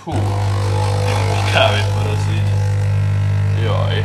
Hú, kávét van az így. Jaj.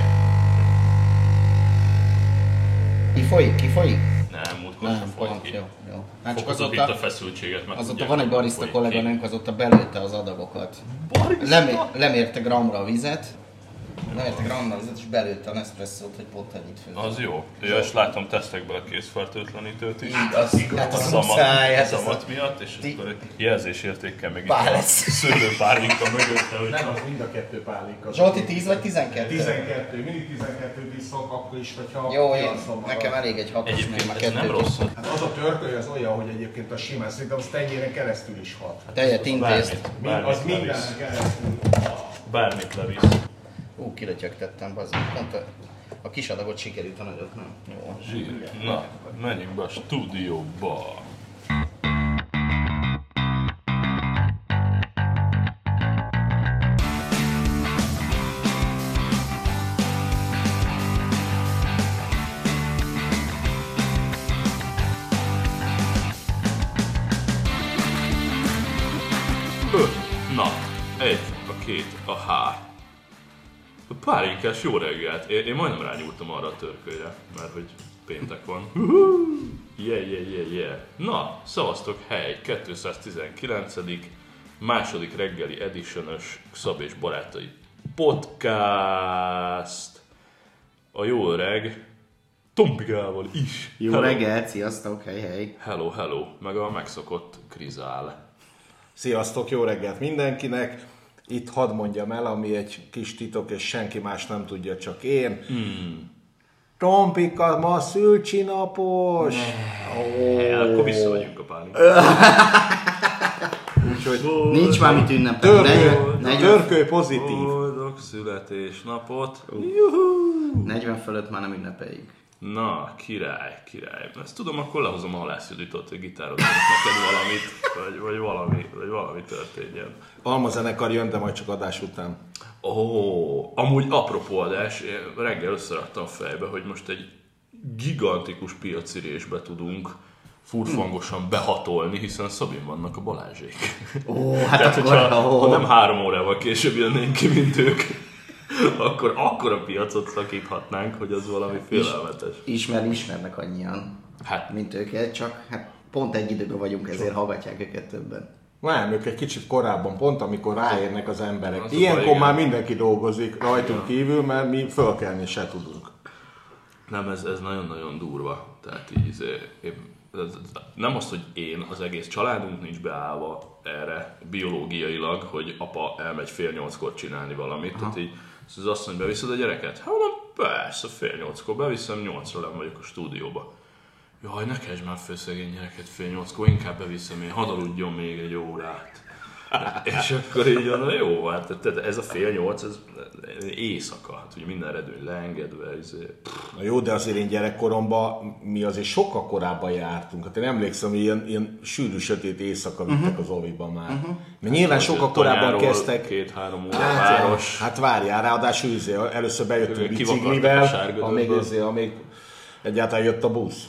Kifolyik? Nem, múltkor sem folyt ki. Jó. Hát csak Fokozott itt a feszültséget, mert azóta van egy barista kolléganőnk, azóta belőtte az adagokat. Lemérte gramra a vizet, és belőtte a Nespresso-t, hogy pont ennyit főzött. Az jó. Ja, és látom, tesztek bele készfertőtlenítőt is. Így, hát az muszáj. Zamat miatt, és akkor egy jelzésértékkel meg Pál itt lesz. a szőlőpálinka mögötte, hogy... Nem, az mind a kettő pálinka. Zsolti 10 vagy 12? 12, mindig 12 iszok, akkor is, hogyha... Jó, piacon nekem marad. elég egy 6-os, Egyébként nem a ez nem rossz. Hát az a törköly az olyan, hogy egyébként a simán, szerintem az tenyéren keresztül is hat. Tejet intézt. Az mindenen keresztül. Bármit levisz. Kilötyögtettem, bazd. Pont a kis adagot sikerült, a nagyot nem. Jó. Zsír. Na, menjünk be a stúdióba. Na, egy, a két, a H. A pálinkás jó reggelt. Én majdnem rányúltam arra a törkölyre, mert hogy péntek van. Yeah. Na, szavaztok, hely, 219. második reggeli edition-ös Szab és Barátai podcast. A jó öreg Tompikával is. Jó reggelt, sziasztok, hely. Hello, meg a megszokott Krizál. Sziasztok, jó reggelt mindenkinek! Itt hadd mondjam el, ami egy kis titok, és senki más nem tudja, csak én. Tompika, ma szülcsinapos! Akkor vissza vagyunk a pálinkát. Úgyhogy Nincs már mit ünnepelni. törköly pozitív. Boldog születésnapot. 40 fölött már nem ünnepeljük. Na, király. Ezt tudom, akkor lehozom a Halász Juditot, hogy gitározunk neked valamit, vagy valami történjen. Almazenekar jön, de majd csak adás után. Amúgy apropó adás, én reggel összeraktam fejbe, hogy most egy gigantikus piacirésbe tudunk furfangosan behatolni, hiszen Szabin vannak a Balázsék. Hát tehát, akkor, ha nem 3 órával később jönnénk ki, mint ők, akkor a piacot szakíthatnánk, hogy az valami félelmetes. Ismernek annyian, mint őket, csak pont egy időben vagyunk, ezért hallgatják őket többen. Nem, ők egy kicsit korábban, pont amikor ráérnek az emberek. Az Ilyenkor már mindenki dolgozik rajtunk kívül, mert mi fölkelni se tudunk. Nem, ez nagyon-nagyon durva. Tehát így nem az, hogy az egész családunk nincs beállva erre biológiailag, hogy apa elmegy 7:30-kor csinálni valamit. Tehát így az azt mondja, beviszed a gyereket? Hát mondom, persze, 7:30-kor beviszem, 8-ra lenn vagyok a stúdióba. Jaj, ne kezdj már föl szegény gyereket 7:30-kor, inkább beviszem, én hadd aludjon még egy órát. És akkor így van, jó, hát ez a 7:30, ez éjszaka, hát ugye minden redőny leengedve. Na jó, de azért én gyerekkoromban mi azért sokkal korábban jártunk. Hát én emlékszem, hogy ilyen sűrű, sötét éjszaka vittek az oviban már. Mert nyilván sokkal korábban kezdtek. 2-3 óra város. Hát várjál, ráadásul először bejöttünk biciklivel, amíg egyáltalán jött a busz.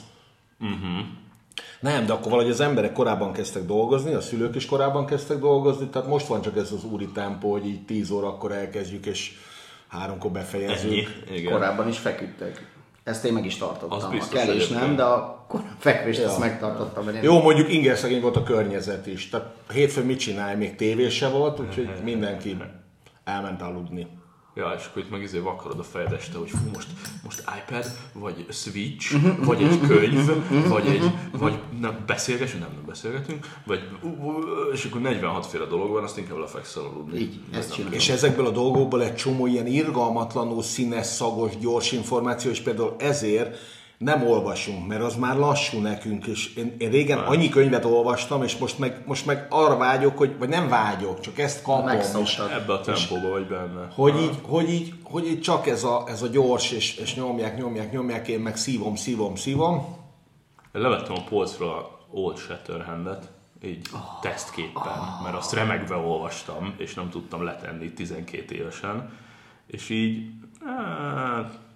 Nem, de akkor valahogy az emberek korábban kezdtek dolgozni, a szülők is korábban kezdtek dolgozni, tehát most van csak ez az úri tempó, hogy így 10 órakor elkezdjük és 3-kor befejezzük. Korábban is feküdtek. Ezt én meg is tartottam. Biztos, a kelés nem, de a fekvést azt megtartottam. Jó, mondjuk ingerszegény volt a környezet is. Tehát hétfőn mit csinálj, még tévés se volt, úgyhogy mindenki elment aludni. Ja, és akkor itt meg vakarod a fejed este, hogy most iPad, vagy Switch, vagy egy könyv, vagy nem beszélgetünk, vagy és akkor 46 féle dolog van, azt inkább lefekszel aludni. Így, ezt csinálom. És ezekből a dolgokból egy csomó ilyen irgalmatlanul színes, szagos, gyors információ, és például ezért nem olvasunk, mert az már lassú nekünk, és én régen annyi könyvet olvastam, és most meg arra vágyok, vagy nem vágyok, csak ezt kapom. Ebbe a tempóba vagy benne. Hogy így csak ez a gyors, és nyomják, én meg szívom. Levettem a polcról a Old Shatterhandet, így tesztképpen, mert azt remegve olvastam, és nem tudtam letenni 12 évesen, és így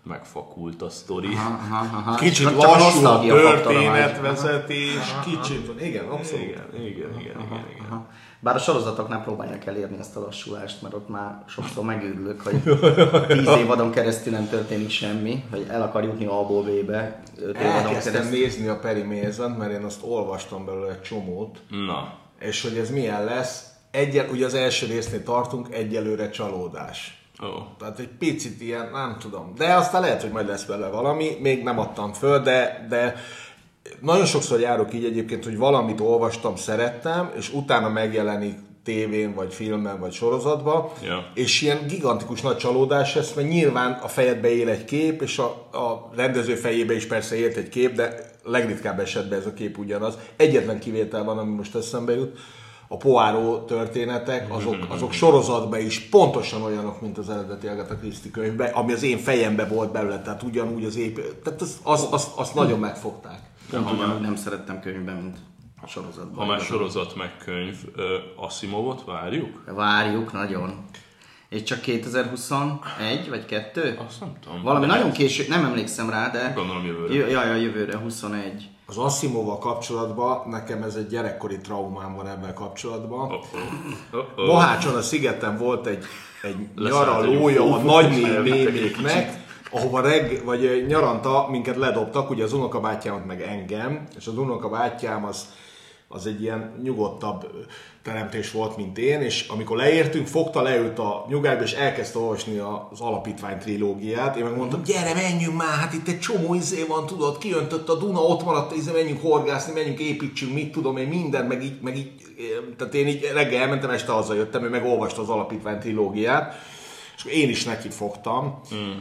megfakult a sztori. Kicsit lassú a történetvezetés, kicsit, igen, abszolút. Igen. Bár a sorozatoknál próbálják elérni ezt a lassulást, mert ott már sokszor megőrülök, hogy 10 évadon keresztül nem történik semmi, hogy el akar jutni A-ból B-be 5 évadon Elkezdtem keresztül. nézni a Perry Mason-t, mert én azt olvastam belőle egy csomót. Na. És hogy ez milyen lesz, ugye az első résznél tartunk, egyelőre csalódás. Oh. Tehát egy picit ilyen, nem tudom. De aztán lehet, hogy majd lesz vele valami, még nem adtam föl, de nagyon sokszor járok így egyébként, hogy valamit olvastam, szerettem, és utána megjelenik tévén, vagy filmen, vagy sorozatban, és ilyen gigantikus nagy csalódás lesz, mert nyilván a fejedbe él egy kép, és a rendező fejébe is persze élt egy kép, de legritkább esetben ez a kép ugyanaz. Egyetlen kivétel van, ami most eszembe jut. A Poirot történetek, azok sorozatban is pontosan olyanok, mint az eredeti Agatha Christie könyvben, ami az én fejembe volt belőle, tehát ugyanúgy az tehát azt nagyon megfogták. Nem szerettem könyvben, mint a sorozatban. Ha már sorozat meg könyv, Asimovot várjuk? Várjuk, nagyon. És csak 2021 vagy 2? Azt nem tudom. Valami nagyon késő, nem emlékszem rá, de... Gondolom jövőre. Jövőre, 21. Az Asimovval kapcsolatban, nekem ez egy gyerekkori traumám van ebben kapcsolatban. Mohácson a szigeten volt egy nyaralója a nagynél néméknek, ahova vagy nyaranta minket ledobtak, ugye az unokabátyámat meg engem, és az unokabátyám az egy ilyen nyugodtabb teremtés volt, mint én, és amikor leértünk, leült a nyugágyba, és elkezdte olvasni az Alapítvány trilógiát. Én megmondtam, gyere, menjünk már, hát itt egy csomó van, tudod, kiöntött a Duna, ott maradt, menjünk horgászni, menjünk, építsünk, mit tudom én, mindent, meg így, tehát én így reggel elmentem, este hazajöttem, ő meg olvasta az Alapítvány trilógiát, és én is neki fogtam,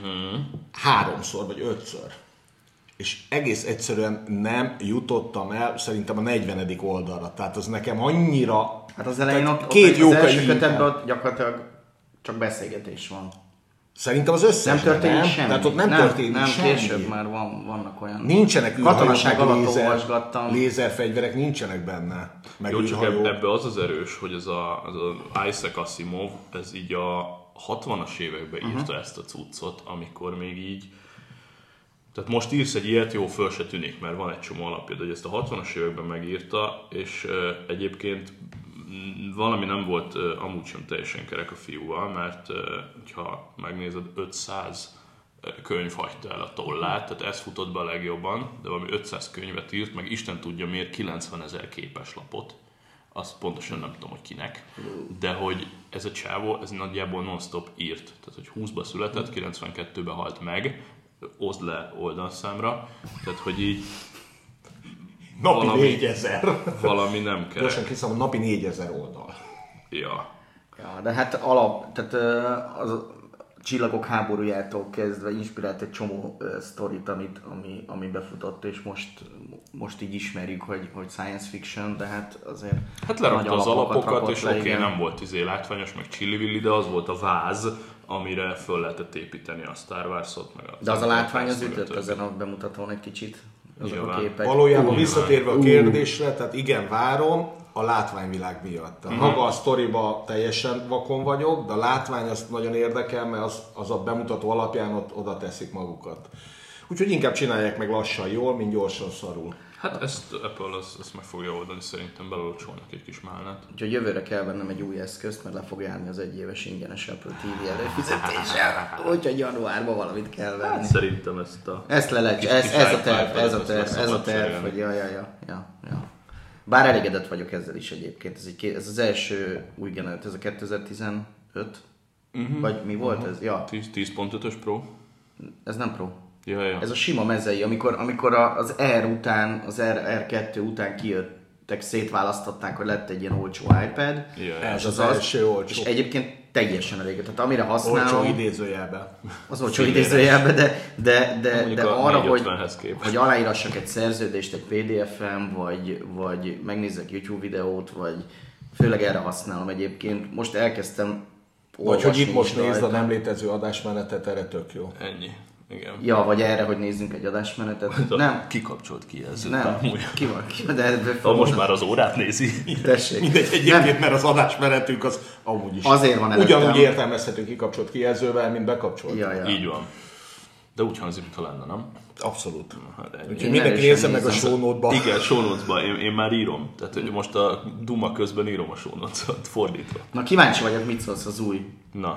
3-szor vagy 5-ször. És egész egyszerűen nem jutottam el, szerintem a 40. oldalra. Tehát az nekem annyira... Hát az elején ott két az első kötetben ott gyakorlatilag csak beszélgetés van. Szerintem az összes nem történik semmi. Tehát ott nem történik semmi. Később már vannak olyan... Nincsenek katonaság alatt olvasgattam. Lézerfegyverek nincsenek benne. Meg jó, csak ebbe az erős, hogy az Isaac Asimov, ez így a 60-as években írta ezt a cuccot, amikor még így... Tehát most írsz egy ilyet, jó, föl se tűnik, mert van egy csomó alapja, de hogy ezt a 60-as években megírta, és egyébként valami nem volt amúgy sem teljesen kerek a fiúval, mert ha megnézed, 500 könyv hagyta el a tollát, tehát ez futott be a legjobban, de valami 500 könyvet írt, meg Isten tudja miért 90 000 képeslapot. Azt pontosan nem tudom, hogy kinek, de hogy ez a csávó, ez nagyjából non-stop írt. Tehát, hogy 20-ba született, 92-ben halt meg, oszd le oldalszámra, tehát hogy így napi 4000. Valami nem kell. Gyorsan kiszámolom, napi 4000 oldal. Ja, de hát tehát az Csillagok háborújától kezdve inspirált egy csomó sztorit, ami befutott, és most így ismerjük, hogy science fiction, de hát azért... Hát lerakta az alapokat, és oké, nem volt látványos, meg csillivilli, de az volt a váz, amire föl lehetett építeni a Star Wars-ot. Meg de az a látvány az ütött ezen a bemutatón egy kicsit. Azok a képek. Valójában visszatérve a kérdésre, tehát igen, várom a látványvilág miatt. Maga a sztoriba teljesen vakon vagyok, de a látvány azt nagyon érdekel, mert az a bemutató alapján ott oda teszik magukat. Úgyhogy inkább csinálják meg lassan jól, mint gyorsan szarul. Hát ezt Apple ezt meg fogja oldani, szerintem belolcsolnak egy kis málnát. Úgyhogy jövőre kell vennem egy új eszközt, mert le fog járni az egyéves ingyenes Apple TV előfizetése. Úgyhogy januárban valamit kell venni. Hát szerintem ezt ez a terv, hogy ja. Bár elégedett vagyok ezzel is egyébként. Ez az első új generált, ez a 2015? Vagy mi volt ez? Ja. 10.5-ös Pro? Ez nem Pro. Ja. Ez a sima mezei, amikor az R után, az R2 után kijöttek, szétválasztották, hogy lett egy ilyen olcsó iPad. Ez az első olcsó. És egyébként teljesen elég. Tehát amire használom... Olcsó idézőjelben. Az olcsó idézőjelben, de arra, hogy aláírassak egy szerződést egy PDF-en, vagy megnézzek YouTube videót, vagy főleg erre használom egyébként. Most elkezdtem vagy hogy itt most nézd a nem létező adásmenetet, erre tök jó. Ennyi. Igen. Ja, vagy erre, hogy nézzünk egy adásmenetet. Nem. Kikapcsolt kijelzőt. Nem. Ki van? De most már az órát nézi. Tessék. Mindegy egyébként, mert az adásmenetünk az amúgy is. Azért van előttem. Ugyanúgy értelmezhető kikapcsolt kijelzővel, mint bekapcsolt. Ja. Így van. De úgy hangzik, mintha lenne, nem? Abszolút. Hát, úgyhogy mindenki nézze meg a show note-ba. Igen, show notes-ba. Én már írom. Tehát most a Duma közben írom a show notes-ot fordítva. Na kíváncsi vagyok, mit szólsz az új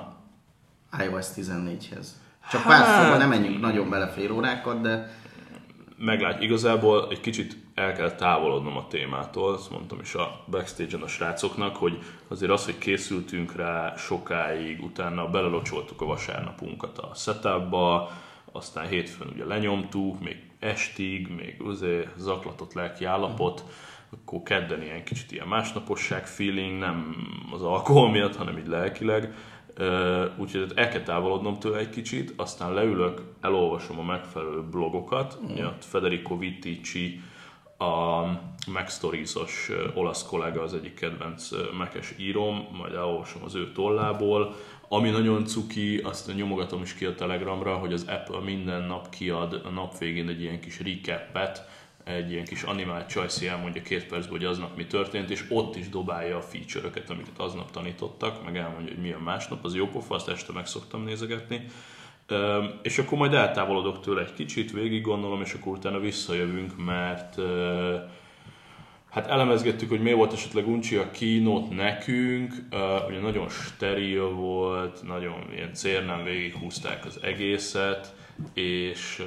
iOS 14-hez. Csak pár szóval nem menjünk nagyon bele fél órákat, de... Meglátjuk. Igazából egy kicsit el kell távolodnom a témától, azt mondtam is a backstage-en a srácoknak, hogy azért az, hogy készültünk rá sokáig, utána belelocsoltuk a vasárnapunkat a setupba, aztán hétfőn ugye lenyomtuk, még estig, még azért zaklatott lelki állapot, akkor kedden ilyen kicsit ilyen másnaposság feeling, nem az alkohol miatt, hanem így lelkileg. Úgyhogy el kell távolodnom tőle egy kicsit, aztán leülök, elolvasom a megfelelő blogokat, miatt Federico Vitici, a Mac Stories-os olasz kollega az egyik kedvenc Mac-es íróm, majd elolvasom az ő tollából. Ami nagyon cuki, azt nyomogatom is ki a Telegramra, hogy az Apple minden nap kiad a nap végén egy ilyen kis recap-et, egy ilyen kis animált csajszi elmondja 2 percben, hogy aznap mi történt, és ott is dobálja a feature-öket, amiket aznap tanítottak, meg elmondja, hogy milyen másnap, az jó pofa, azt este meg szoktam nézegetni. És akkor majd eltávolodok tőle egy kicsit, végig gondolom, és akkor utána visszajövünk, mert hát elemezgettük, hogy miért volt esetleg uncsi a keynote nekünk, ugye nagyon steril volt, nagyon ilyen cérnán végighúzták az egészet, és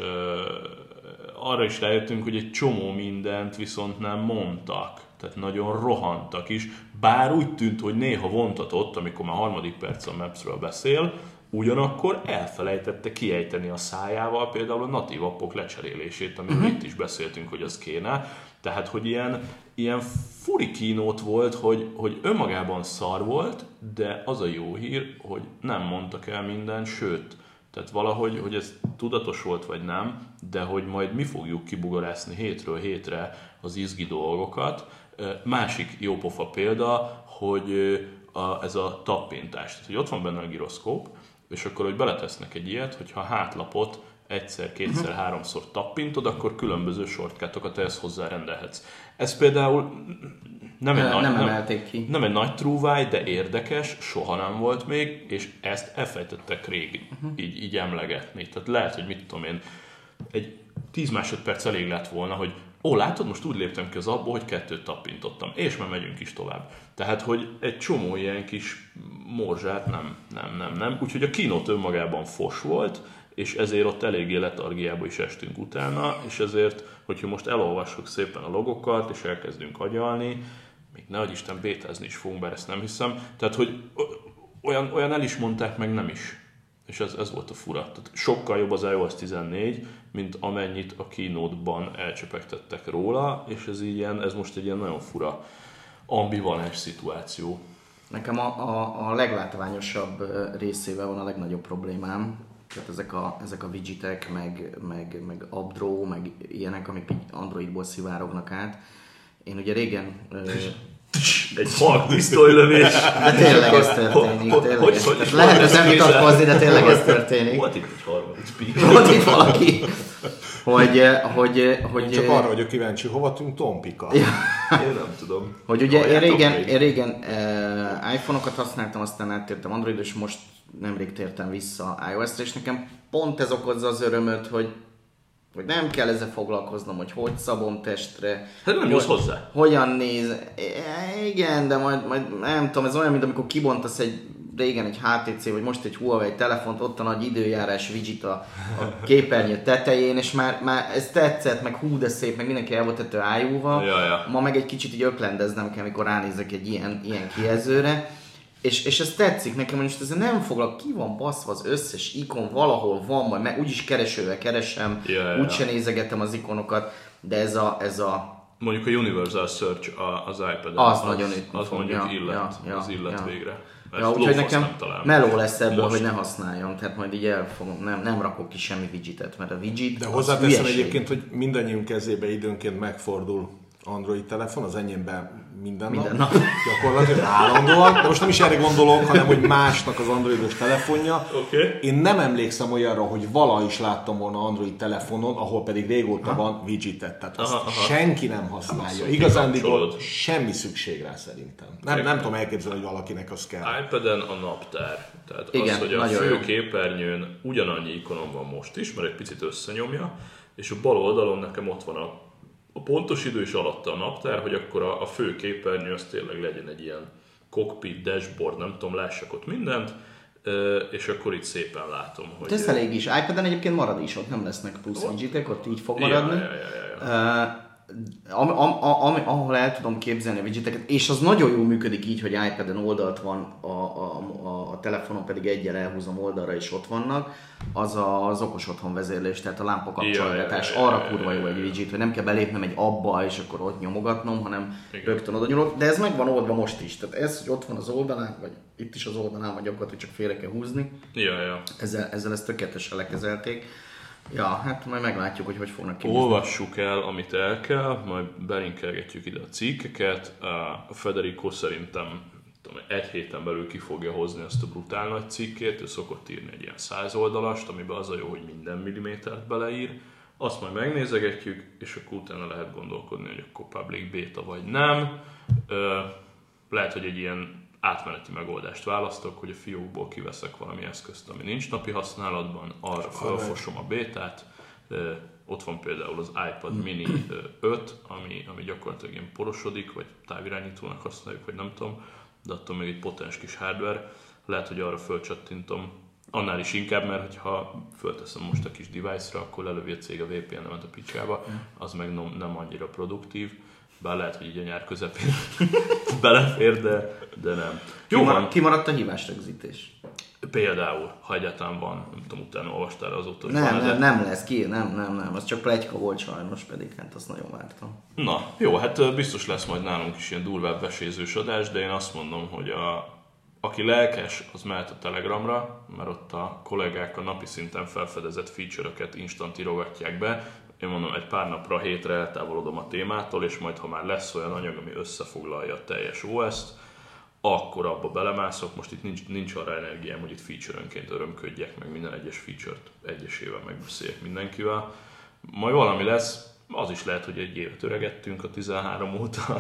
arra is rájöttünk, hogy egy csomó mindent viszont nem mondtak, tehát nagyon rohantak is, bár úgy tűnt, hogy néha vontatott, amikor már 3. perc a Maps-ről beszél, ugyanakkor elfelejtette kiejteni a szájával például a natív appok lecserélését, amiről itt is beszéltünk, hogy az kéne. Tehát, hogy ilyen furi keynote volt, hogy önmagában szar volt, de az a jó hír, hogy nem mondtak el mindent, sőt, tehát valahogy, hogy ez tudatos volt vagy nem, de hogy majd mi fogjuk kibugarászni hétről hétre az izgi dolgokat. Másik jópofa példa, hogy ez a tappintás. Tehát, hogy ott van benne a gyroszkóp, és akkor, hogy beletesznek egy ilyet, hogyha a hátlapot egyszer, kétszer, háromszor tappintod, akkor különböző shortcutokat ehhez hozzárendelhetsz. Ez például nem egy nagy trúváj, de érdekes, soha nem volt még, és ezt elfejtettek rég így emlegetni. Tehát lehet, hogy mit tudom én, egy 10 másodperc elég lett volna, hogy látod, most úgy léptem ki az abból, hogy 2 tappintottam, és már megyünk is tovább. Tehát, hogy egy csomó ilyen kis morzsát nem. Úgyhogy a keynote önmagában fos volt, és ezért ott eléggé letargiába is estünk utána, és ezért, hogyha most elolvassuk szépen a logokat, és elkezdünk agyalni, még nehogy Isten bétázni is fogunk, bár ezt nem hiszem, tehát, hogy olyan el is mondták, meg nem is. És ez volt a fura. Tehát sokkal jobb az iOS 14, mint amennyit a keynote-ban elcsepegtettek róla, és ez most egy ilyen nagyon fura ambivalens szituáció. Nekem a leglátványosabb részével van a legnagyobb problémám. Tehát ezek a widgetek, meg AppDraw, meg ilyenek, amik Androidból szivárognak át. Én ugye régen... Egy halkpisztolylövés. De tényleg ez történik. Lehet, hogy nem vitatkozni, de tényleg ez történik. Volt itt egy harmadik speaker. Volt itt valaki. Hogy csak arra vagyok kíváncsi, hova tűnt Tompika? Én nem tudom. Hogy ugye én régen iPhone-okat használtam, aztán áttértem Android, és most nemrég tértem vissza iOS-re, és nekem pont ez okozza az örömöt, hogy nem kell ezzel foglalkoznom, hogy szabom testre. Hát nem jössz hozzá. Hogyan néz. Igen, de majd nem tudom, ez olyan, mint amikor kibontasz régen egy HTC, vagy most egy Huawei telefont, ott a nagy időjárás widget a képernyő tetején, és már ez tetszett, meg hú de szép, meg mindenki el volt tető ájúval. Ja. Ma meg egy kicsit így öklendeznem kell, amikor ránézek egy ilyen kijelzőre. És ez tetszik nekem, hogy most ezzel nem foglak, ki van baszva az összes ikon, valahol van, majd meg úgyis keresővel keresem, úgyse nézegetem az ikonokat, de ez a... Mondjuk a Universal Search az iPad-en, az mondjuk illet végre. Úgyhogy nekem meló lesz ebből, hogy ne használjam, tehát majd így elfogom, nem rakok ki semmi widgetet, mert a widget... De hozzáteszem egyébként, hogy mindannyiunk kezébe időnként megfordul Android telefon, az enyémben minden Minden nap. nap. Gyakorlatilag állandóan. De most nem is erre gondolok, hanem hogy másnak az androidos telefonja. Okay. Én nem emlékszem olyanra, hogy valaha is láttam volna Android telefonon, ahol pedig régóta van widgetet. Tehát azt senki nem használja. Igazándiból semmi szükség rá szerintem. Nem tudom elképzelni, hogy valakinek az kell. iPad-en a naptár. Tehát igen, az, hogy a fő jó. képernyőn ugyanannyi ikonom van most is, mert egy picit összenyomja, és a bal oldalon nekem ott van a pontos idő és alatta a naptár, hogy akkor a fő képernyő az tényleg legyen egy ilyen cockpit, dashboard, nem tudom, lássak ott mindent, és akkor itt szépen látom, hogy... Ez elég is. iPad-en egyébként marad is, ott nem lesznek plusz widgetek, ott így fog maradni. Ahol el tudom képzelni a widgeteket, és az nagyon jól működik így, hogy iPad-en oldalt van, a telefonon pedig eggyel elhúzom oldalra, és ott vannak, az okos otthon vezérlés, tehát a lámpakapcsolgatás, arra kurva jó egy widget, hogy nem kell belépnem egy abba, és akkor ott nyomogatnom, hanem rögtön oda nyúlok, de ez meg van oldva most is, tehát ez, hogy ott van az oldalán, vagy itt is az oldalán, vagy gyakorlatilag csak félre kell húzni, ezzel ezt tökéletesen lekezelték. Ja, hát majd meglátjuk, hogy fognak ki. Olvassuk el, amit el kell, majd belinkelgetjük ide a cikkeket. A Federico szerintem egy héten belül ki fogja hozni ezt a brutál nagy cikkét, ő szokott írni egy ilyen 100 oldalast, amiben az a jó, hogy minden millimétert beleír. Azt majd megnézegetjük, és akkor utána lehet gondolkodni, hogy akkor public beta vagy nem. Lehet, hogy egy ilyen átmeneti megoldást választok, hogy a fiókból kiveszek valami eszközt, ami nincs napi használatban, arra felfosom a bétát. Ott van például az iPad Mini 5, ami gyakorlatilag ilyen porosodik, vagy távirányítónak használjuk, vagy nem tudom, de attól még egy potens kis hardware. Lehet, hogy arra fölcsattintom, annál is inkább, mert ha fölteszem most a kis device-ra, akkor lelövi a cég a VPN-emet a picsába, az meg nem annyira produktív. Bár lehet, hogy így a nyár közepén belefér, de nem. Kimaradt a hívás rögzítés. Például, ha egyáltalán van, nem tudom, utána olvastál azóta, hogy nem lesz ki, nem, az csak pletyka volt sajnos, pedig hát azt nagyon vártam. Na, jó, hát biztos lesz majd nálunk is ilyen durvább vesézős adás, de én azt mondom, hogy aki lelkes, az mehet a Telegramra, mert ott a kollégák a napi szinten felfedezett feature-öket instant írogatják be. Én mondom, egy pár napra, hétre eltávolodom a témától, és majd ha már lesz olyan anyag, ami összefoglalja a teljes OS-t, akkor abba belemászok. Most itt nincs arra energiám, hogy itt feature-önként örömködjek, meg minden egyes feature-t egyesével megbeszéljek mindenkivel. Majd valami lesz, az is lehet, hogy egy évet öregettünk a 13 óta,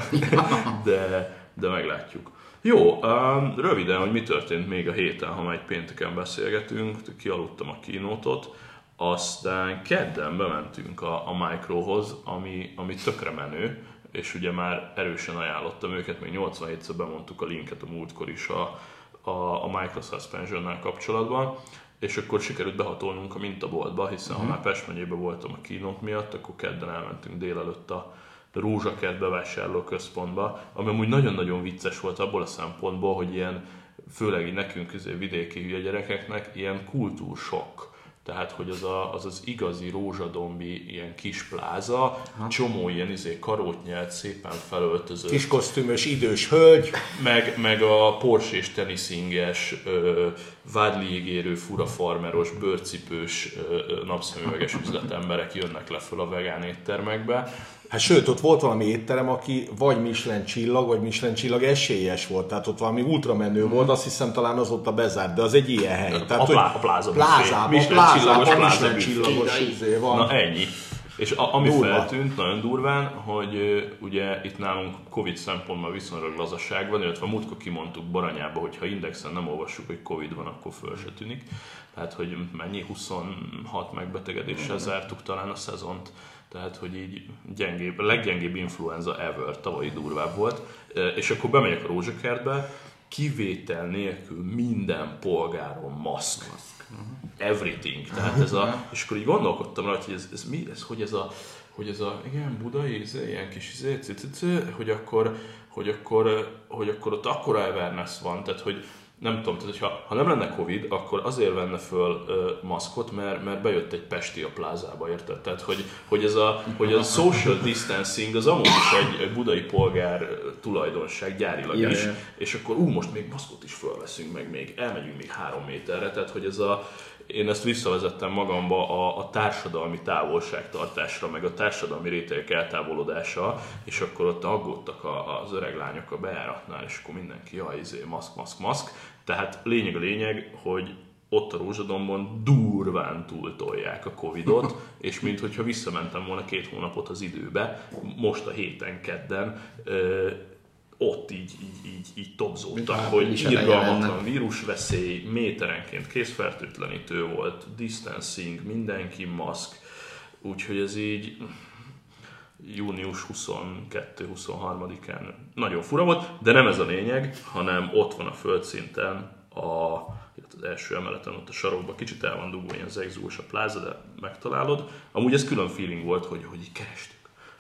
de meglátjuk. Jó, röviden, hogy mi történt még a héten, ha már egy pénteken beszélgetünk, kialudtam a keynote-ot, aztán kedden bementünk a Microhoz, ami tökre menő, és ugye már erősen ajánlottam őket, még 87-szer bemondtuk a linket a múltkor is a Microsuspensionnel kapcsolatban, és akkor sikerült behatolnunk a mintaboltba, hiszen ha már Pest megyében voltam a keynote miatt, akkor kedden elmentünk délelőtt a Rózsakert bevásárlóközpontba, ami amúgy nagyon-nagyon vicces volt abból a szempontból, hogy ilyen, főleg nekünk vidéki hülye gyerekeknek ilyen kultúrsokk. Tehát, hogy az igazi rózsadombi ilyen kis pláza, csomó ilyen karótnyelt, szépen felöltözött. Kis kosztümös idős hölgy. Meg a Porsche-s teniszinges, vádliégérő, furafarmeros, bőrcipős, napszemüveges üzletemberek jönnek le föl a vegán éttermekbe. Hát sőt, ott volt valami étterem, aki vagy Michelin csillag, vagy Michelin csillag esélyes volt. Tehát ott valami ultramenő volt, azt hiszem talán azóta bezárt, de az egy ilyen hely. Tehát, a plázában. Michelin csillagos izé van. Na ennyi. És ami feltűnt nagyon durván, hogy ugye itt nálunk Covid szempontból viszonylag lazaság van, illetve múltkor kimondtuk Baranyába, hogy ha indexen nem olvassuk, hogy Covid van, akkor föl se tűnik. Tehát, hogy mennyi 26 megbetegedéssel zártuk talán a szezont. Tehát, hogy így gyengébb, a leggyengébb influenza ever, tavalyi durvább volt. És akkor bemegyek a Rózsakertbe, kivétel nélkül minden polgáron maszk. Everything. Tehát és akkor így gondolkodtam rá, hogy ez mi, hogy ez a igen, budai, ilyen kis hogy akkor ott akkora awareness van, tehát hogy nem tudom, tehát ha nem lenne Covid, akkor azért venne föl maszkot, mert bejött egy pesti a plázába, érted? Tehát, hogy ez a social distancing az amúgy is egy budai polgár tulajdonság gyárilag is, és akkor most még maszkot is fölveszünk, meg még elmegyünk még 3 méterre, tehát hogy én ezt visszavezettem magamba a társadalmi távolságtartásra, meg a társadalmi rétegek eltávolodása, és akkor ott aggódtak az öreg lányok a bejáratnál, és akkor mindenki, maszk. Tehát lényeg, hogy ott a Rózsadombon durván túltolják a Covidot, és minthogyha visszamentem volna 2 hónapot az időbe, most a héten kedden, ott így topzódtak, hogy irgalmatlan vírusveszély, méterenként kézfertőtlenítő volt, distancing, mindenki maszk, úgyhogy ez így június 22-23-án nagyon fura volt, de nem ez a lényeg, hanem ott van a földszinten, az első emeleten, ott a sarokban, kicsit el van dugva ilyen zegzúgos a pláza, de megtalálod. Amúgy ez külön feeling volt, hogy így kerestük.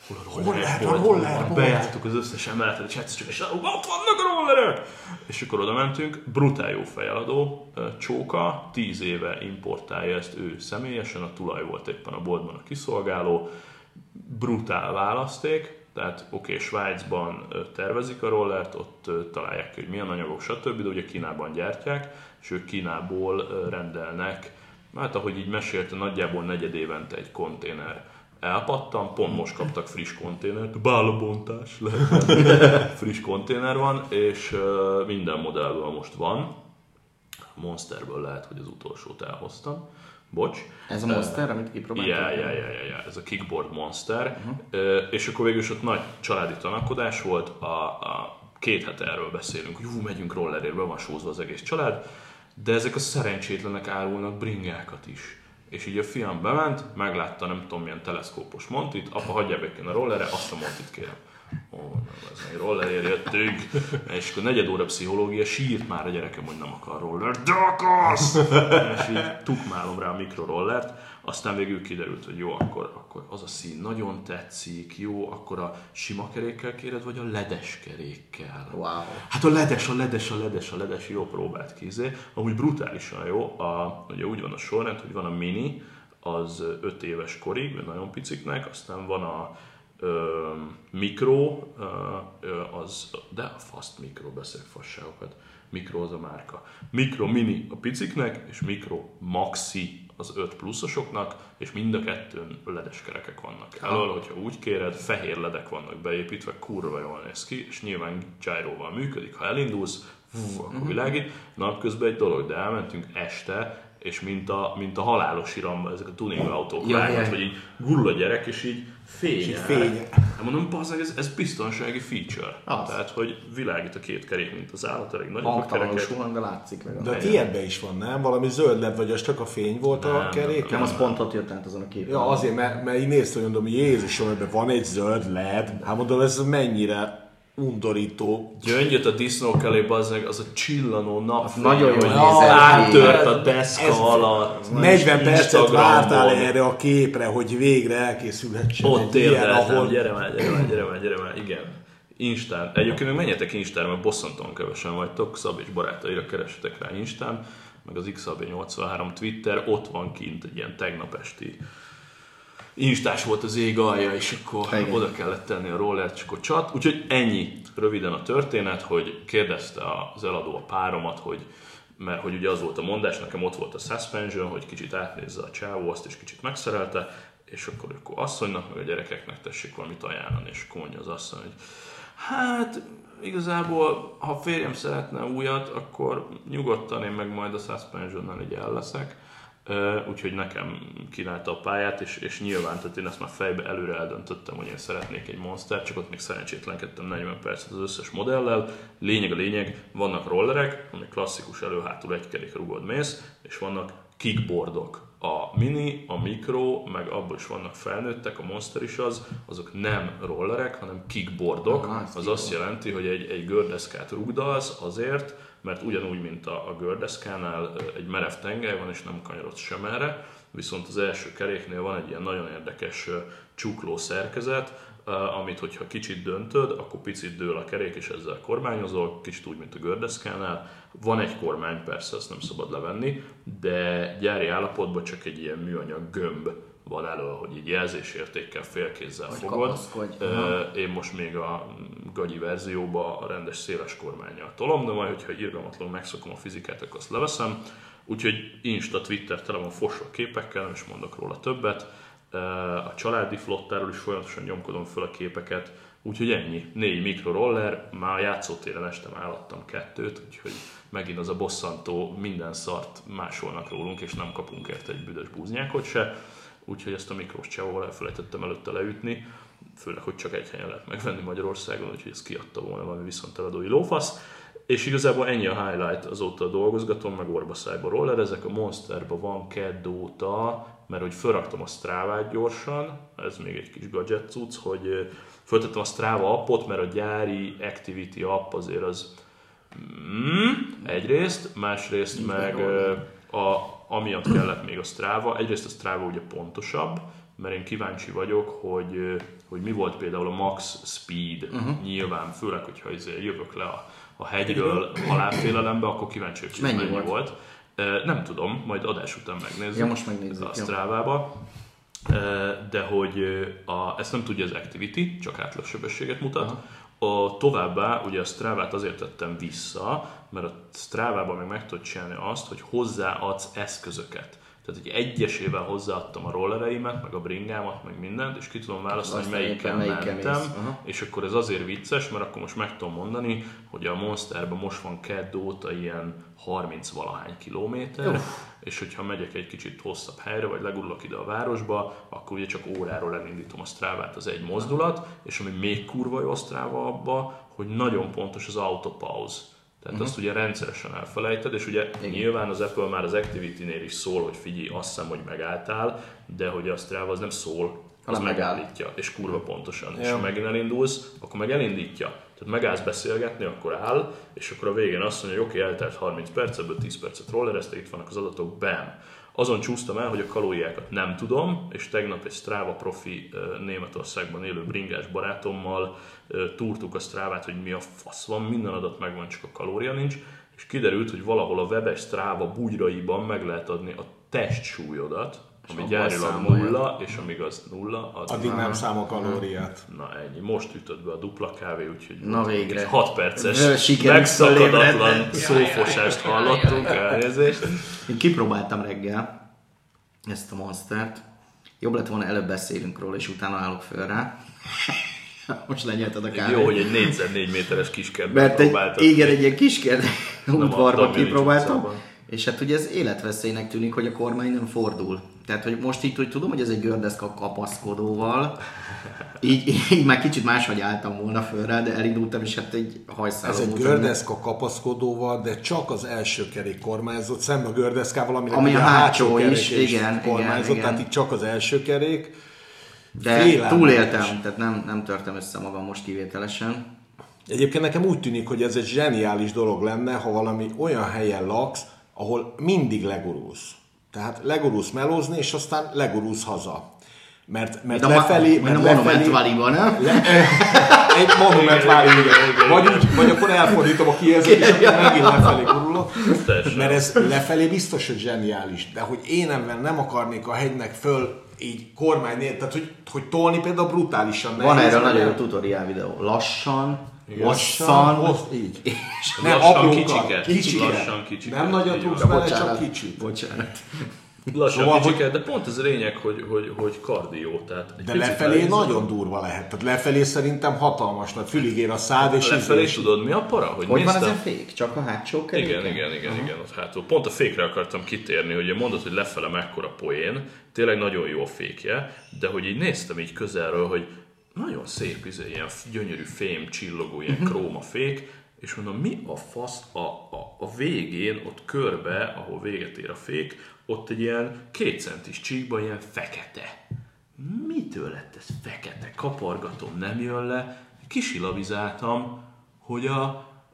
Roller, bejártuk az összes emeletet, és egyszer csak ott vannak a rollerek! És akkor oda mentünk, brutál jó fejeladó csóka, 10 éve importálja ezt ő személyesen, a tulaj volt éppen a boltban a kiszolgáló, brutál választék, tehát Svájcban tervezik a rollert, ott találják ki, hogy milyen anyagok, stb., de ugye Kínában gyártják, és ők Kínából rendelnek, hát ahogy így mesélte, nagyjából 4 évente egy konténer elpattan, pont most kaptak friss konténert, bálabontás lehet, friss konténer van, és minden modellből most van. Monsterből lehet, hogy az utolsót elhoztam. Bocs. Ez a Monster, amit kipróbáltam? Ja, ez a Kickboard Monster. És akkor végül is ott nagy családi tanakodás volt, a 2 hete erről beszélünk, hogy megyünk rollerért, be van sózva az egész család, de ezek a szerencsétlenek árulnak bringákat is. És így a fiam bement, meglátta nem tudom milyen teleszkópos montit, apa hagyjál be a rollerre, azt a montit kérem. Ez egy rollerért jöttünk, és akkor 4 óra pszichológia, sírt már a gyerekem, hogy nem akar rollert, de akarsz! És így tukmálom rá a mikrorollert, aztán végül kiderült, hogy jó, akkor az a szín nagyon tetszik, jó, akkor a sima kerékkel kéred, vagy a ledes kerékkel? Wow. Hát a ledes, jó, próbált ki, amúgy brutálisan jó, ugye úgy van a sorrend, hogy van a mini, az 5 éves korig, nagyon piciknek, aztán van a mikro, de a fast mikro, beszélek fasságokat, mikro az a márka. Mikro mini a piciknek, és mikro maxi az 5 pluszosoknak, és mind a kettőn ledes kerekek vannak. Elől, hogyha úgy kéred, fehér ledek vannak beépítve, kurva jól néz ki, és nyilván gyroval működik. Ha elindulsz, akkor világít. Napközben egy dolog, de elmentünk este, és mint a halálos iramban ezek a tuning autók vágnak, hogy így gurul a gyerek, és így fényel. Hát mondom, ez biztonsági feature. Tehát, hogy világít a 2 kerék, mint az állat, elég nagyobb a kerekek. De látszik meg. De a tiédben is van, nem? Valami zöld led, vagy az csak a fény volt a kerék? Nem, az pont ott jött át azon a képen. Ja, azért, mert így néztem, hogy mondom, Jézusom, ebben van egy zöld led. Hát mondom, ez mennyire undorító. Gyöngyöt a disznók elé, bazzeg, az a csillanó napfény, nagyon jól nézett átört a deszka alatt. 40 percet vártál erre a képre, hogy végre elkészülhetsen ott egy ilyen, ahol... Gyere már, igen. Instán. Egyébként menjetek Instán, mert bosszantóan kevesen vagytok, Szab és barátaira keressetek rá Instán, meg az XAB83 Twitter, ott van kint egy ilyen tegnap esti instás volt az ég alja, és akkor oda kellett tenni a rollert, és akkor csat. Úgyhogy ennyi röviden a történet, hogy kérdezte az eladó a páromat, mert hogy ugye az volt a mondás, nekem ott volt a suspension, hogy kicsit átnézze a csávó, azt is kicsit megszerelte, és akkor asszonynak, meg a gyerekeknek tessék valamit ajánlani, és akkor mondja az asszony, hogy hát igazából, ha férjem szeretne újat, akkor nyugodtan én meg majd a suspensionnal így el leszek. Úgyhogy nekem kínálta a pályát, és nyilván, tehát én ezt már fejbe előre eldöntöttem, hogy én szeretnék egy Monster, csak ott még szerencsétlenkedtem 40 percet az összes modellel. Lényeg, vannak rollerek, ami klasszikus elő-hátul egy kerék rugod mész, és vannak kickboardok. A mini, a mikro, meg abból is vannak felnőttek, a Monster is azok nem rollerek, hanem kickboardok. Az azt jelenti, hogy egy gördeszkát rugdalsz azért, mert ugyanúgy, mint a gördeszkánál egy merev tengely van, és nem kanyarodsz sem erre, viszont az első keréknél van egy ilyen nagyon érdekes csukló szerkezet, amit hogyha kicsit döntöd, akkor picit dől a kerék, és ezzel kormányozol, kicsit úgy, mint a gördeszkánál. Van egy kormány, persze ezt nem szabad levenni, de gyári állapotban csak egy ilyen műanyag gömb van elő, hogy így jelzésértékkel félkézzel fogod. Én most még a gagyi verzióba a rendes széles kormánnyal tolom, de majd, hogyha irgalmatlanul megszokom a fizikát, akkor azt leveszem. Úgyhogy Insta, Twitter tele van fosó képekkel, nem is mondok róla többet. A családi flottáról is folyamatosan nyomkodom föl a képeket, úgyhogy ennyi. 4 mikroroller, már a játszótéren este már adtam 2, úgyhogy megint az a bosszantó, minden szart másolnak rólunk, és nem kapunk érte egy büdös búznyákot se. Úgyhogy ezt a mikrós csávóval elfelejtettem előtte leütni, főleg, hogy csak egy helyen lehet megvenni Magyarországon, úgyhogy ezt kiadta volna valami viszonteladói lófasz. És igazából ennyi a highlight, azóta dolgozgatom, meg orbaszájba roller, ezek a Monsterba van kedd óta, mert hogy felraktam a Strávát gyorsan, ez még egy kis gadget cucc, hogy föltettem a Strava appot, mert a gyári Activity app azért az egyrészt, másrészt meg amiatt kellett még a Strava, egyrészt a Strava ugye pontosabb, mert én kíváncsi vagyok, hogy mi volt például a max speed, nyilván, főleg, hogyha jövök le a hegyről halálfélelembe, akkor kíváncsi vagyok, hogy mennyi volt. Nem tudom, majd adás után megnézzük, ja, most megnézzük a Strava-ba. De hogy ezt nem tudja az Activity, csak átlagsebességet mutat. Továbbá ugye a Strávát azért tettem vissza, mert a Strávában meg tudod csinálni azt, hogy hozzáadsz eszközöket. Tehát egy egyesével hozzáadtam a rollereimet, meg a bringámat, meg mindent, és ki tudom választani, hogy melyiken mentem, és akkor ez azért vicces, mert akkor most meg tudom mondani, hogy a Monsterben most van kedd óta ilyen 30-valahány kilométer, és hogyha megyek egy kicsit hosszabb helyre, vagy legurulok ide a városba, akkor ugye csak óráról elindítom a Strávát, az egy mozdulat, és ami még kurva jó a Strava abba, hogy nagyon pontos az autopause. Tehát azt ugye rendszeresen elfelejted, és ugye nyilván az Apple már az Activity-nél is szól, hogy figyelj, azt hiszem, hogy megálltál, de hogy a Strava az nem szól, az megállítja, és kurva pontosan. És ha megint elindulsz, akkor meg elindítja. Tehát megállsz beszélgetni, akkor áll, és akkor a végén azt mondja, hogy oké, eltelt 30 perc, ebből 10 percet rollerezte, itt vannak az adatok, bam! Azon csúsztam el, hogy a kalóriákat nem tudom, és tegnap egy Strava profi Németországban élő bringás barátommal túrtuk a Strávát, hogy mi a fasz van, minden adat megvan, csak a kalória nincs, és kiderült, hogy valahol a webes Strava bugyraiban meg lehet adni a testsúlyodat, ami gyárilag 0, és amíg az 0, addig nem számol kalóriát. Na ennyi, most ütött be a dupla kávé, úgyhogy na végre. 6 perces megszakadatlan szófosást hallottunk, elnézést. Én kipróbáltam reggel ezt a Monstert. Jobb lett volna, előbb beszélünk róla, és utána állok föl rá. Most lenyelted a kávét. Jó, hogy egy 4x4 méteres kiskertben próbáltad. Igen, egy ilyen kiskert udvarban kipróbáltam. És hát ugye ez életveszélynek tűnik, hogy a kormány nem fordul. Tehát, hogy most így tudom, hogy ez egy gördeszka kapaszkodóval. Így már kicsit máshogy álltam volna föl rá, de elindultam, és hát egy hajszálom. Ez egy gördeszka kapaszkodóval, de csak az első kerék kormányzott, szemben a gördeszkával, ami a hátsó is, igen, kormányzott, tehát itt csak az első kerék. De túléltem, tehát nem törtem össze magam most kivételesen. Egyébként nekem úgy tűnik, hogy ez egy zseniális dolog lenne, ha valami olyan helyen laksz, ahol mindig legurulsz. Tehát legurulsz melózni, és aztán legurulsz haza. Mert lefelé... Mert a Monument Valley-ban, nem? Egy Monument Valley, vagy akkor elfordítom a kijelzőt, és akkor megint lefelé gurulok. Mert ez lefelé biztos, hogy zseniális. De hogy én nem akarnék a hegynek föl így kormány nélkül, tehát hogy tolni például brutálisan nehéz. Van erre nagyon jó tutoriál videó. Lassan, így. Nem, lassan kicsiket. Nem nagyon tudsz vele, csak kicsit. Bocsánat. Lassan kicsiket, de pont ez a lényeg, hogy kardió. Tehát de lefelé nagyon durva lehet. Tehát lefelé szerintem hatalmas nagy. Fülig ér a szád, és lefelé tudod mi a para? Hogy van ez a fék? Csak a hátsó keréken? Igen, ott hátul. Pont a fékre akartam kitérni, hogy mondod, hogy lefele mekkora poén. Tényleg nagyon jó a fékje, de hogy így néztem így közelről, hogy nagyon szép, ilyen gyönyörű fém, csillogó, ilyen krómafék, és mondom, mi a fasz a végén, ott körbe, ahol véget ér a fék, ott egy ilyen 2 centis csíkban ilyen fekete. Mitől lett ez fekete? Kapargatom, nem jön le. Kisilabizáltam, hogy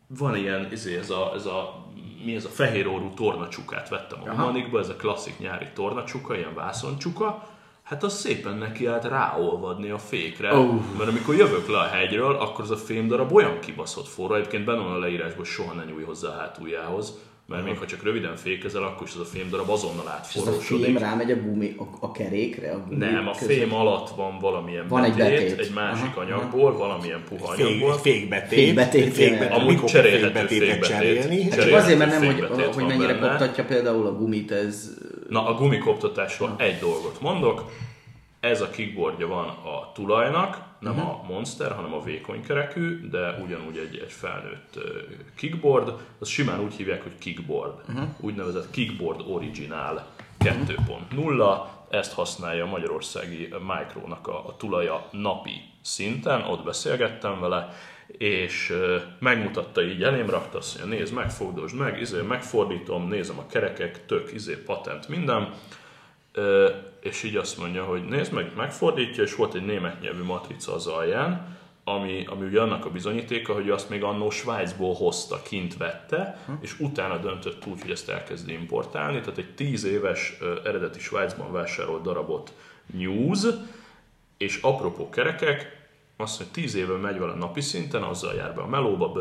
van ilyen, mi ez a fehér orrú tornacsukát vettem a Humanikba, ez a klasszik nyári tornacsuka, ilyen vászoncsuka, hát az szépen neki állt ráolvadni a fékre, mert amikor jövök le a hegyről, akkor az a fémdarab olyan kibaszott forró, egyébként benne van a leírásban, hogy soha ne nyújj hozzá a hátuljához, mert még ha csak röviden fékezel, akkor is az a fémdarab azonnal átforrósodik. És a fém rámegy a gumi, a kerékre? A nem, a fém alatt van valamilyen betét, egy másik anyagból, valamilyen puha anyagból. Fékbetét. Amúgy cserélhető fékbetét. Csak azért, mert nem, hogy mennyire koptatja például a gumit, ez... Na, a gumikoptatásról egy dolgot mondok. Ez a kickboardja van a tulajnak, nem a Monster, hanem a vékonykerekű, de ugyanúgy egy felnőtt kickboard. Azt simán úgy hívják, hogy kickboard. Úgynevezett kickboard original 2.0. Ezt használja a magyarországi Micronak a tulaja napi szinten. Ott beszélgettem vele, és megmutatta, így elém rakta, azt mondja, nézd meg, fogdosd meg, megfordítom, nézem a kerekek, tök, patent, minden. És így azt mondja, hogy nézd meg, megfordítja, és volt egy német nyelvű matrica az alján, ami ugye annak a bizonyítéka, hogy azt még annó Svájcból hozta, kint vette, és utána döntött úgy, hogy ezt elkezdi importálni, tehát egy 10 éves eredeti Svájcban vásárolt darabot news, és apropó kerekek, azt mondja, 10 éve megy vele napi szinten, azzal jár be a melóba,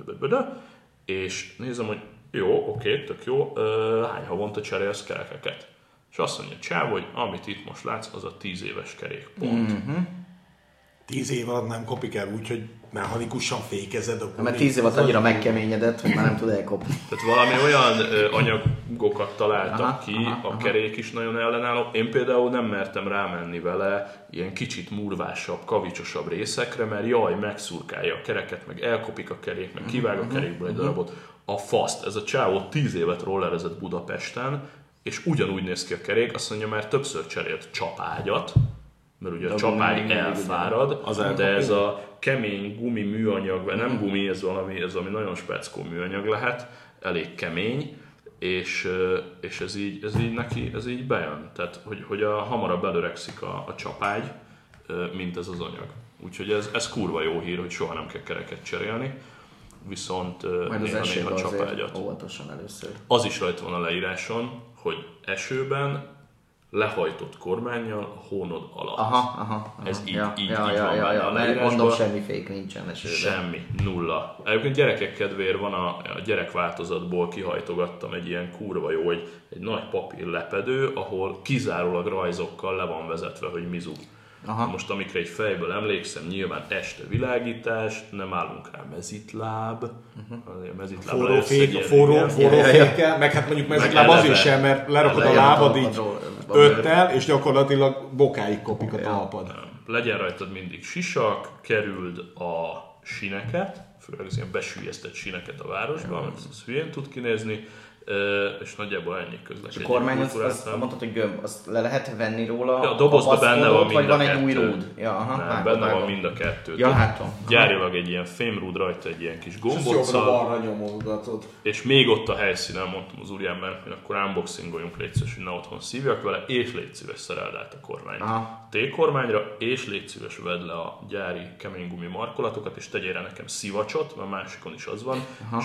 és nézem, hogy jó, oké, tök jó, hány havonta cserélsz kerekeket? És azt mondja, csáv, hogy amit itt most látsz, az a 10 éves kerék, pont. 10 év alatt nem kopik el úgy, hogy mechanikusan fékezed a mert 10 év alatt annyira megkeményedett, hogy már nem tud elkopni. Tehát valami olyan anyagokat találtak ki, a kerék is nagyon ellenálló. Én például nem mertem rámenni vele ilyen kicsit murvásabb, kavicsosabb részekre, mert jaj, megszurkálja a kereket, meg elkopik a kerék, meg kivág a kerékből egy darabot. A faszt, ez a csávó 10 évet rollerezett Budapesten, és ugyanúgy néz ki a kerék, azt mondja, már többször cserélt csapágyat, mert ugye a csapágy elfárad, de ez a kemény gumi műanyag, nem gumi, ez valami nagyon speckó műanyag lehet, elég kemény, és ez így neki bejön. Tehát, hogy hamarabb elöregszik a csapágy, mint ez az anyag. Úgyhogy ez kurva jó hír, hogy soha nem kell kereket cserélni, viszont néha csapágyat. Óvatosan először. Az is rajta van a leíráson, hogy esőben lehajtott kormánnyal a hónod alatt. Ez így van benne a leírásban. Mondom, semmi fék nincsen esőben. Semmi, nulla. Egyébként gyerekek kedvéért van a gyerekváltozatból kihajtogattam egy ilyen kurva jó, egy nagy papír lepedő, ahol kizárólag rajzokkal le van vezetve, hogy mizu. Most amikre egy fejből emlékszem, nyilván este világítás, nem állunk rá mezitláb. Forró fékkel, meg hát mondjuk mezitláb azért sem, mert lerakod a lábad így 5-tel, és gyakorlatilag bokáig kopik a talpad. Legyen rajtad mindig sisak, kerüld a sineket, főleg az ilyen besüllyesztett sineket a városban, mert az hülyén tud kinézni, és nagyjából ennyi közlekedés. A kormány azt mondtad, hogy gömb, azt le lehet venni róla? A dobozban benne van mind vagy a van egy új rúd? Nem, benne van mind a kettő. Gyárilag egy ilyen fémrúd rajta, egy ilyen kis gombóccal. Balra nyomolgatod. És még ott a helyszínen mondtam az úriembernek, hogy akkor unboxingoljunk, légy szíves, hogy ne otthon szívjak vele, és légy szíves, szereld át a kormányt. T-kormányra, és légy szíves, vedd le a gyári keménygumi markolatokat, és tegyél rá nekem szivacsot, mert másikon is az van,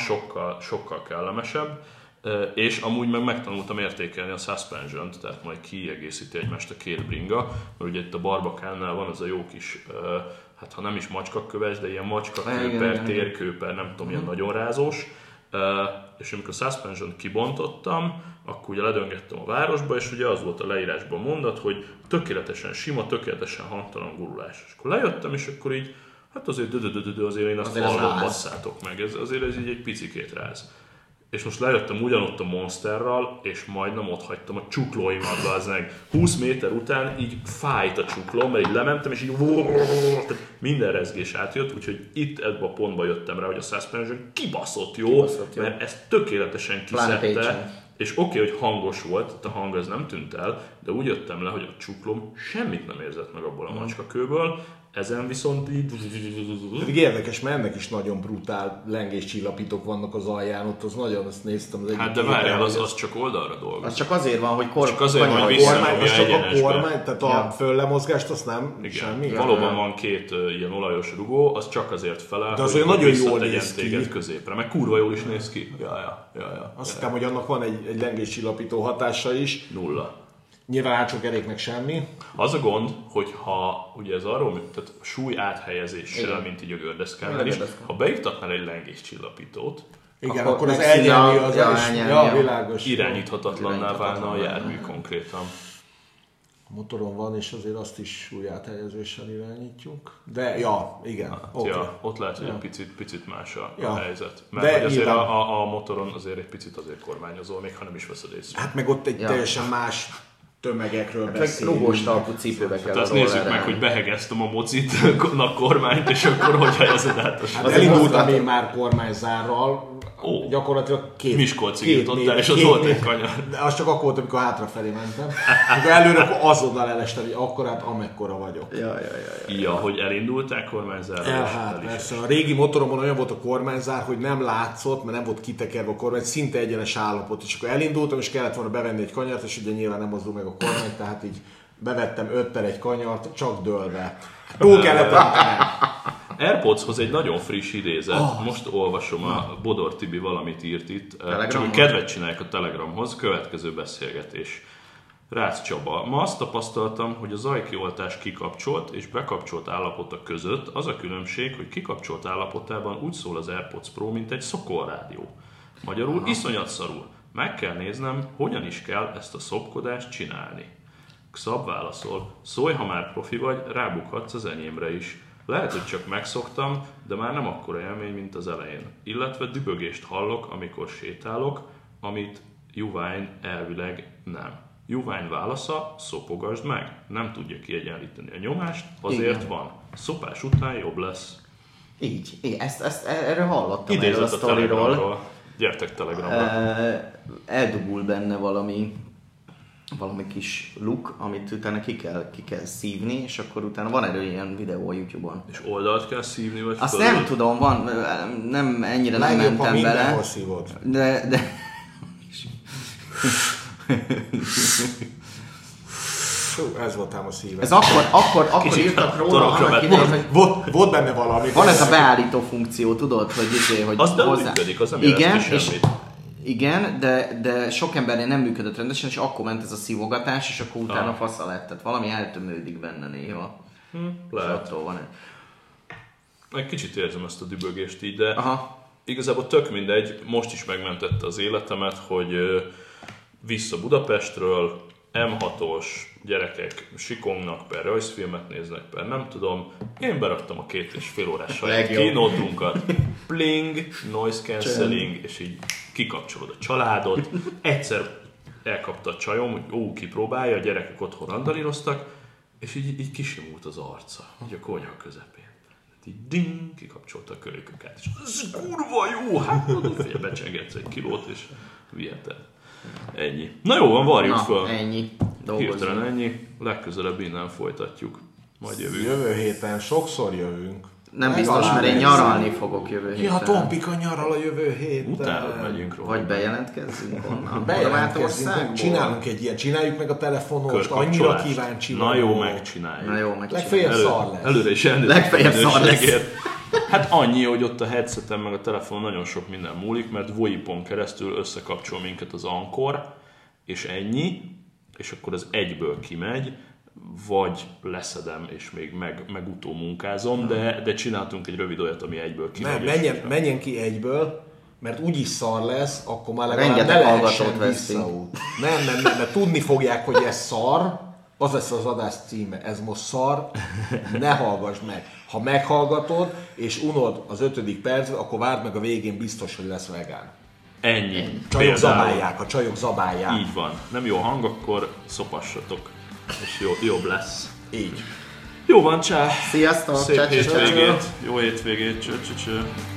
sokkal kellemesebb. És amúgy megtanultam értékelni a suspension-t, tehát majd kiegészíti egymást a két bringa, mert ugye itt a Barbacannál van az a jó kis, hát ha nem is macskaköves, de ilyen macskakőper, térkőper, nem tudom, ilyen nagyon rázós. És amikor a suspension-t kibontottam, akkor ugye ledöngettem a városba, és ugye az volt a leírásban mondat, hogy tökéletesen sima, tökéletesen hangtalan gurulás. És akkor lejöttem, és akkor így, hát azért azért én azt hallom, basszátok meg, azért ez így egy picikét ráz. És most lejöttem ugyanott a Monsterral, és majdnem ott hagytam a csuklóimat, az meg 20 méter után így fájt a csuklóm, mert így lementem, és így minden rezgés átjött, úgyhogy itt ebbe a pontba jöttem rá, hogy a suspension kibaszott jó, mert ezt tökéletesen kiszedte, és oké, hogy hangos volt, a hang az nem tűnt el, de úgy jöttem le, hogy a csuklóm semmit nem érzett meg abból a macskakőből, Ezen viszont így... Pedig érdekes, mert ennek is nagyon brutál lengéscsillapítók vannak az alján, ott az nagyon, azt néztem az egyik. Hát de várjál, az csak oldalra dolgozik. Az csak azért van, hogy csak azért van, hogy visszanyomja egyenesbe. A kormány, tehát a föllemozgást azt nem igen. semmi? Valóban van két ilyen olajos rugó, az csak azért felel, de az hogy nagyon jól néz ki. Középre, meg kurva jól is néz ki. Azt hiszem, hogy annak van egy lengéscsillapító hatása is. Nulla. Nyilván hátsó keréknek semmi. Az a gond, hogy ha ugye ez arról, tehát súly áthelyezéssel, igen, mint így a gördeszkánál is, ha beiktatnál egy lengéscsillapítót, igen, akkor az elnyelni az világos. Irányíthatatlanná válna a jármű konkrétan. A motoron van, és azért azt is súlyáthelyezéssel irányítjuk. De, igen. Hát, okay. Ott lehet, hogy egy picit más a helyzet. Mert de hogy azért a motoron azért egy picit azért kormányozol, még ha nem is veszed észre. Hát meg ott egy teljesen más tömegekről beszélünk. Rugós talpú cipőbe kell. Azt nézzük meg, hogy behegeztem a mocitnak kormányt, és akkor hogy helyezed át a hát elindultam én már kormányzárral, gyakorlatilag Miskolcig jutottál, és az volt egy kanyar. De az csak akkor volt, amikor hátrafelé mentem. Amikor előre, akkor azonnal elestem, hogy akkor hát amekkora vagyok. Ja, hogy elindultál kormányzárral? Hát persze, a régi motoromon olyan volt a kormányzár, hogy nem látszott, mert nem volt kitekerve a kormány, szinte egyenes állapot. És akkor elindultam, és kellett volna bevenni egy kanyart, és ugye nyilván nem mozdul meg a kormány, tehát így bevettem 5 per egy kanyart, csak dőlve. Túl kellett tennem. AirPodshoz egy nagyon friss idézet, most olvasom, a Bodor Tibi valamit írt itt, csak hogy kedvet csinálják a Telegramhoz, következő beszélgetés. Rácz Csaba, ma azt tapasztaltam, hogy a zajkioltás kikapcsolt és bekapcsolt állapota között az a különbség, hogy kikapcsolt állapotában úgy szól az AirPods Pro, mint egy szokolrádió. Magyarul iszonyat szarul. Meg kell néznem, hogyan is kell ezt a szopkodást csinálni. Xab válaszol, szólj, ha már profi vagy, rábukhatsz az enyémre is. Lehet, hogy csak megszoktam, de már nem akkora élmény, mint az elején. Illetve dübögést hallok, amikor sétálok, amit Juvány elvileg nem. Juvány válasza, szopogasd meg. Nem tudja kiegyenlíteni a nyomást, azért igen, van. Szopás után jobb lesz. Így. Erről hallottam. Idézett a Telegramról. Gyertek Telegramra. Eldugul benne valami kis luk, amit utána ki kell szívni, és akkor utána van erről ilyen videó a YouTube-on. És oldalt kell szívni, vagy azt nem tudom, van, nem ennyire nem mentem bele. De... Ez volt ám a szívem. Ez akkor írtak róla, annak idején, hogy... Volt benne valami. Van ez a beállító funkció, tudod, hogy az nem működik, az nem jelent ki semmit. Igen, de sok embernél nem működött rendesen, és akkor ment ez a szívogatás, és akkor utána fasza lett. Tehát valami eltömődik benne néha. Lehet. Van egy kicsit érzem ezt a dübögést így, de igazából tök mindegy, most is megmentette az életemet, hogy vissza Budapestről, M6-os gyerekek sikongnak, per rajzfilmet néznek, per nem tudom. Én beraktam a 2,5 órás saját kínótunkat. Pling, noise cancelling, és így kikapcsolod a családot. Egyszer elkapta a csajom, hogy kipróbálja, a gyerekek otthon randalíroztak, és így kisimult az arca, így a konyha közepén. Így ding, kikapcsolta a kölyköket, és ez kurva jó, hát becsengetsz egy kilót, és viheted. Ennyi. Na jó van, varjuk föl. Ennyi. Hirtelen ennyi. Legközelebb innen folytatjuk. Majd jövünk. Jövő héten sokszor jövünk. Nem biztos, mert én nyaralni fogok jövő héten. Ja, Tompika nyaral a jövő héten. Utána megyünk róla. Vagy bejelentkezzünk onnan. Bejelentkezzünk. Csinálunk egy ilyen. Csináljuk meg a telefonost. Annyira kíváncsi vagyok. Na jó, megcsináljuk. Legfeljebb szar lesz. Előre is legfeljebb szar lesz. Hát annyi, hogy ott a headseten meg a telefonon nagyon sok minden múlik, mert VoIP-on keresztül összekapcsol minket az Anchor, és ennyi, és akkor az egyből kimegy, vagy leszedem, és még megutómunkázom, de csináltunk egy rövid olyat, ami egyből kimegy. Menjen ki egyből, mert úgyis szar lesz, akkor már legalább ne lehessen visszaút. Nem, mert tudni fogják, hogy ez szar, az lesz az adás címe, ez most szar, ne hallgass meg. Ha meghallgatod, és unod az 5. percet, akkor várd meg a végén, biztos, hogy lesz vegán. Ennyi. A csajok zabálják. Így van. Nem jó hang, akkor szopassatok, és jobb lesz. Így. Jó van, csá! Sziasztok! Szép hétvégét! Jó hétvégét! Cső.